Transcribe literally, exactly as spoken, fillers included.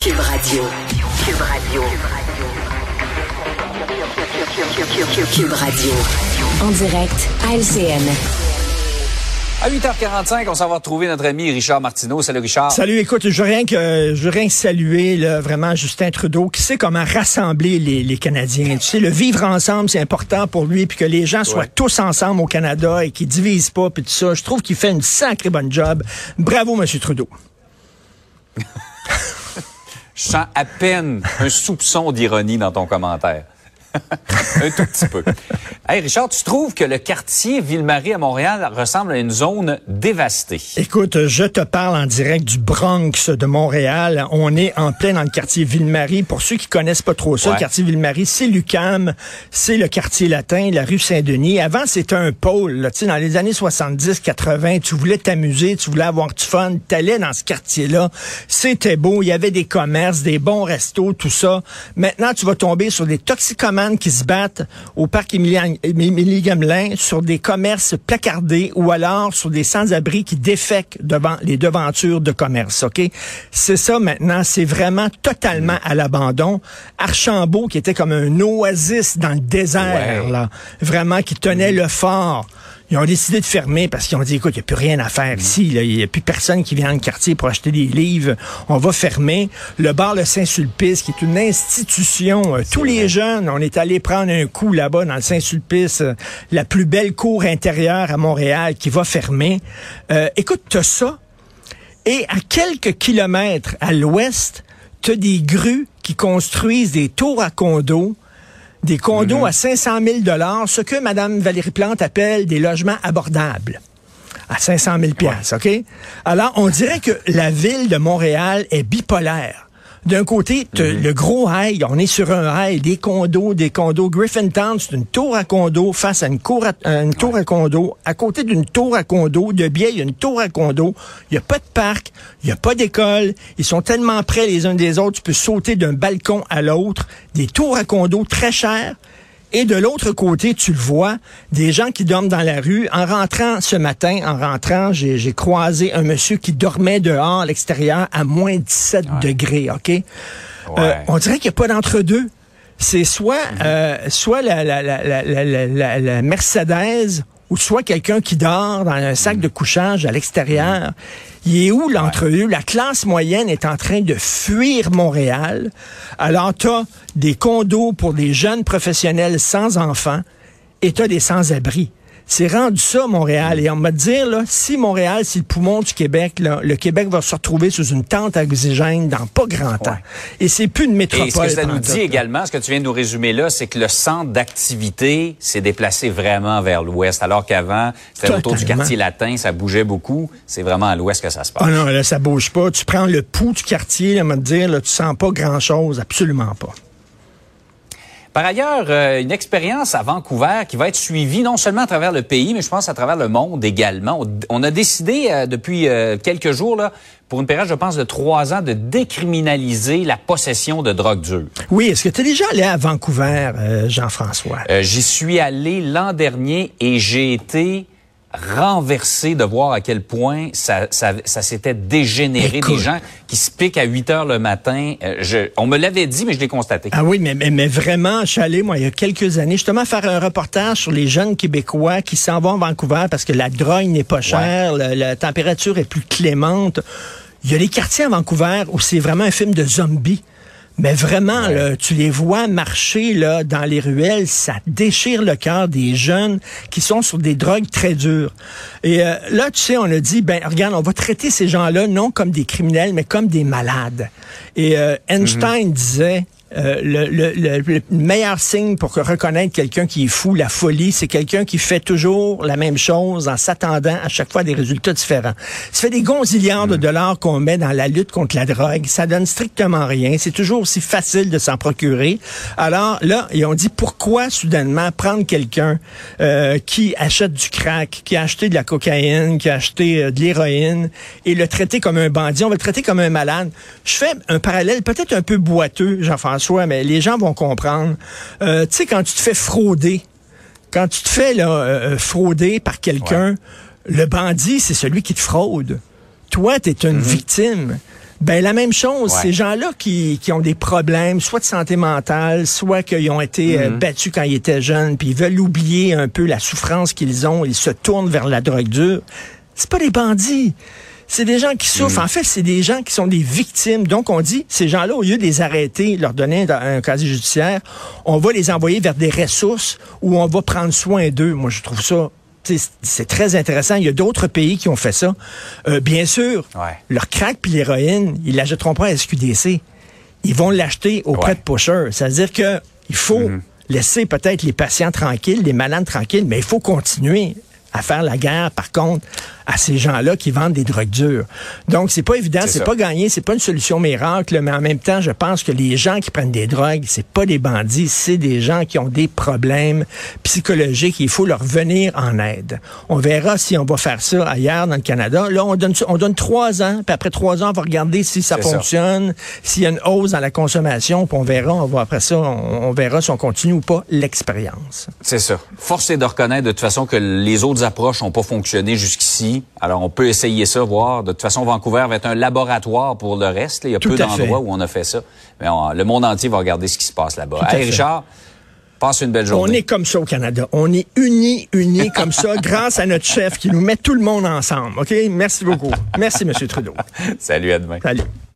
Cube Radio. Cube Radio. Cube Radio. En direct à L C N. À huit heures quarante-cinq, on s'en va retrouver notre ami Richard Martineau. Salut Richard. Salut, écoute, je veux rien que je veux rien que saluer là, vraiment Justin Trudeau qui sait comment rassembler les, les Canadiens. Tu sais, le vivre ensemble, c'est important pour lui, puis que les gens soient ouais. tous ensemble au Canada et qu'ils divisent pas, puis tout ça. Je trouve qu'il fait une sacrée bonne job. Bravo, Monsieur Trudeau. Je sens à peine un soupçon d'ironie dans ton commentaire. Un tout petit peu. Hey Richard, tu trouves que le quartier Ville-Marie à Montréal ressemble à une zone dévastée? Écoute, je te parle en direct du Bronx de Montréal. On est en plein dans le quartier Ville-Marie. Pour ceux qui connaissent pas trop ça, ouais. le quartier Ville-Marie, c'est l'U Q A M, c'est le quartier latin, la rue Saint-Denis. Avant, c'était un pôle. Tu sais, dans les années soixante-dix quatre-vingt, tu voulais t'amuser, tu voulais avoir du fun, t'allais dans ce quartier-là. C'était beau, il y avait des commerces, des bons restos, tout ça. Maintenant, tu vas tomber sur des toxicomanes qui se battent au parc Émilie-Gamelin sur des commerces placardés ou alors sur des sans-abri qui défèquent devant les devantures de commerce, OK? C'est ça maintenant, c'est vraiment totalement à l'abandon. Archambault, qui était comme un oasis dans le désert, ouais. là, vraiment qui tenait mmh. le fort. Ils ont décidé de fermer parce qu'ils ont dit, écoute, il n'y a plus rien à faire mmh. ici. Là. Il n'y a plus personne qui vient dans le quartier pour acheter des livres. On va fermer. Le bar Le Saint-Sulpice, qui est une institution. Euh, tous vrai. les jeunes, on est allé prendre un coup là-bas dans le Saint-Sulpice, euh, la plus belle cour intérieure à Montréal qui va fermer. Euh, écoute, t'as ça. Et à quelques kilomètres à l'ouest, t'as des grues qui construisent des tours à condos. Des condos mm-hmm. à cinq cent mille dollars, ce que Mme Valérie Plante appelle des logements abordables. À cinq cent mille piastres, ouais. OK? Alors, on dirait que la ville de Montréal est bipolaire. D'un côté, mm-hmm. le gros high, on est sur un high, des condos, des condos. Griffintown, c'est une tour à condo face à une, cour à, euh, une tour ouais. à condo. À côté d'une tour à condo, de biais, il y a une tour à condo. Il n'y a pas de parc, il n'y a pas d'école. Ils sont tellement près les uns des autres, tu peux sauter d'un balcon à l'autre. Des tours à condo très chères. Et de l'autre côté, tu le vois, des gens qui dorment dans la rue. En rentrant ce matin, en rentrant, j'ai, j'ai croisé un monsieur qui dormait dehors à l'extérieur à moins dix-sept ouais. degrés, OK? Ouais. Euh, on dirait qu'il n'y a pas d'entre-deux. C'est soit, mm-hmm. euh, soit la, la, la, la, la, la, la Mercedes ou soit quelqu'un qui dort dans un sac mm-hmm. de couchage à l'extérieur. Mm-hmm. Il est où l'entre-deux? Ouais. La classe moyenne est en train de fuir Montréal. Alors, t'as des condos pour des jeunes professionnels sans enfants et t'as des sans-abri. C'est rendu ça, Montréal. Et on va te dire, là, si Montréal, c'est le poumon du Québec, là, le Québec va se retrouver sous une tente à oxygène dans pas grand temps. Ouais. Et c'est plus une métropole. Et ce que ça nous dit également, ce que tu viens de nous résumer là, c'est que le centre d'activité s'est déplacé vraiment vers l'ouest, alors qu'avant, c'était Totalement. autour du quartier latin, ça bougeait beaucoup. C'est vraiment à l'ouest que ça se passe. Ah non, là, ça bouge pas. Tu prends le pouls du quartier, là, on va te dire, là, tu sens pas grand-chose, absolument pas. Par ailleurs, euh, une expérience à Vancouver qui va être suivie non seulement à travers le pays, mais je pense à travers le monde également. On, on a décidé euh, depuis euh, quelques jours, là, pour une période, je pense, de trois ans, de décriminaliser la possession de drogue dure. Oui, est-ce que tu es déjà allé à Vancouver, euh, Jean-François? Euh, j'y suis allé l'an dernier et j'ai été renversé de voir à quel point ça, ça, ça s'était dégénéré. Écoute. Des gens qui se piquent à huit heures le matin. Euh, je, on me l'avait dit, mais je l'ai constaté. Ah oui, mais, mais, mais vraiment, je suis allé, moi, il y a quelques années, justement, faire un reportage sur les jeunes Québécois qui s'en vont à Vancouver parce que la drogue n'est pas chère, ouais. la, la température est plus clémente. Il y a des quartiers à Vancouver où c'est vraiment un film de zombies. Mais vraiment, ouais. là, tu les vois marcher là dans les ruelles, ça déchire le cœur des jeunes qui sont sur des drogues très dures. Et euh, là, tu sais, on a dit, ben regarde, on va traiter ces gens-là non comme des criminels, mais comme des malades. Et euh, Einstein mm-hmm. disait, Euh, le, le, le, le meilleur signe pour reconnaître quelqu'un qui est fou, la folie, c'est quelqu'un qui fait toujours la même chose en s'attendant à chaque fois à des résultats différents. Ça fait des gonzillards mmh. de dollars qu'on met dans la lutte contre la drogue. Ça donne strictement rien. C'est toujours aussi facile de s'en procurer. Alors là, ils ont dit pourquoi soudainement prendre quelqu'un euh, qui achète du crack, qui a acheté de la cocaïne, qui a acheté euh, de l'héroïne et le traiter comme un bandit. On va le traiter comme un malade. Je fais un parallèle peut-être un peu boiteux, Jean-François, mais les gens vont comprendre. Euh, tu sais, quand tu te fais frauder, quand tu te fais là, euh, frauder par quelqu'un, ouais. le bandit, c'est celui qui te fraude. Toi, tu es une mm-hmm. victime. Ben la même chose, Ouais. ces gens-là qui, qui ont des problèmes, soit de santé mentale, soit qu'ils ont été Mm-hmm. euh, battus quand ils étaient jeunes, puis ils veulent oublier un peu la souffrance qu'ils ont, ils se tournent vers la drogue dure. C'est pas des bandits. C'est des gens qui souffrent. Mm. En fait, c'est des gens qui sont des victimes. Donc, on dit, ces gens-là, au lieu de les arrêter, leur donner un, un casier judiciaire, on va les envoyer vers des ressources où on va prendre soin d'eux. Moi, je trouve ça, c'est très intéressant. Il y a d'autres pays qui ont fait ça. Euh, bien sûr, ouais. leur crack puis l'héroïne, ils l'achèteront pas à S Q D C. Ils vont l'acheter auprès ouais. de pushers. C'est-à-dire que il faut mm-hmm. laisser peut-être les patients tranquilles, les malades tranquilles, mais il faut continuer à faire la guerre, par contre, à ces gens-là qui vendent des drogues dures. Donc, c'est pas évident, c'est pas gagné, c'est pas une solution miracle, mais en même temps, je pense que les gens qui prennent des drogues, c'est pas des bandits, c'est des gens qui ont des problèmes psychologiques. Il faut leur venir en aide. On verra si on va faire ça ailleurs dans le Canada. Là, on donne, on donne trois ans, puis après trois ans, on va regarder si ça fonctionne, s'il y a une hausse dans la consommation, puis on verra, on va après ça, on, on verra si on continue ou pas l'expérience. C'est ça. Force est de reconnaître de toute façon que les autres approches n'ont pas fonctionné jusqu'ici. Alors, on peut essayer ça, voir. De toute façon, Vancouver va être un laboratoire pour le reste. Là. Il y a Tout peu d'endroits où on a fait ça. Mais on, le monde entier va regarder ce qui se passe là-bas. Hey, fait. Richard, passe une belle journée. On est comme ça au Canada. On est unis, unis comme ça, grâce à notre chef qui nous met tout le monde ensemble. OK? Merci beaucoup. Merci, M. Trudeau. Salut, à demain. Salut.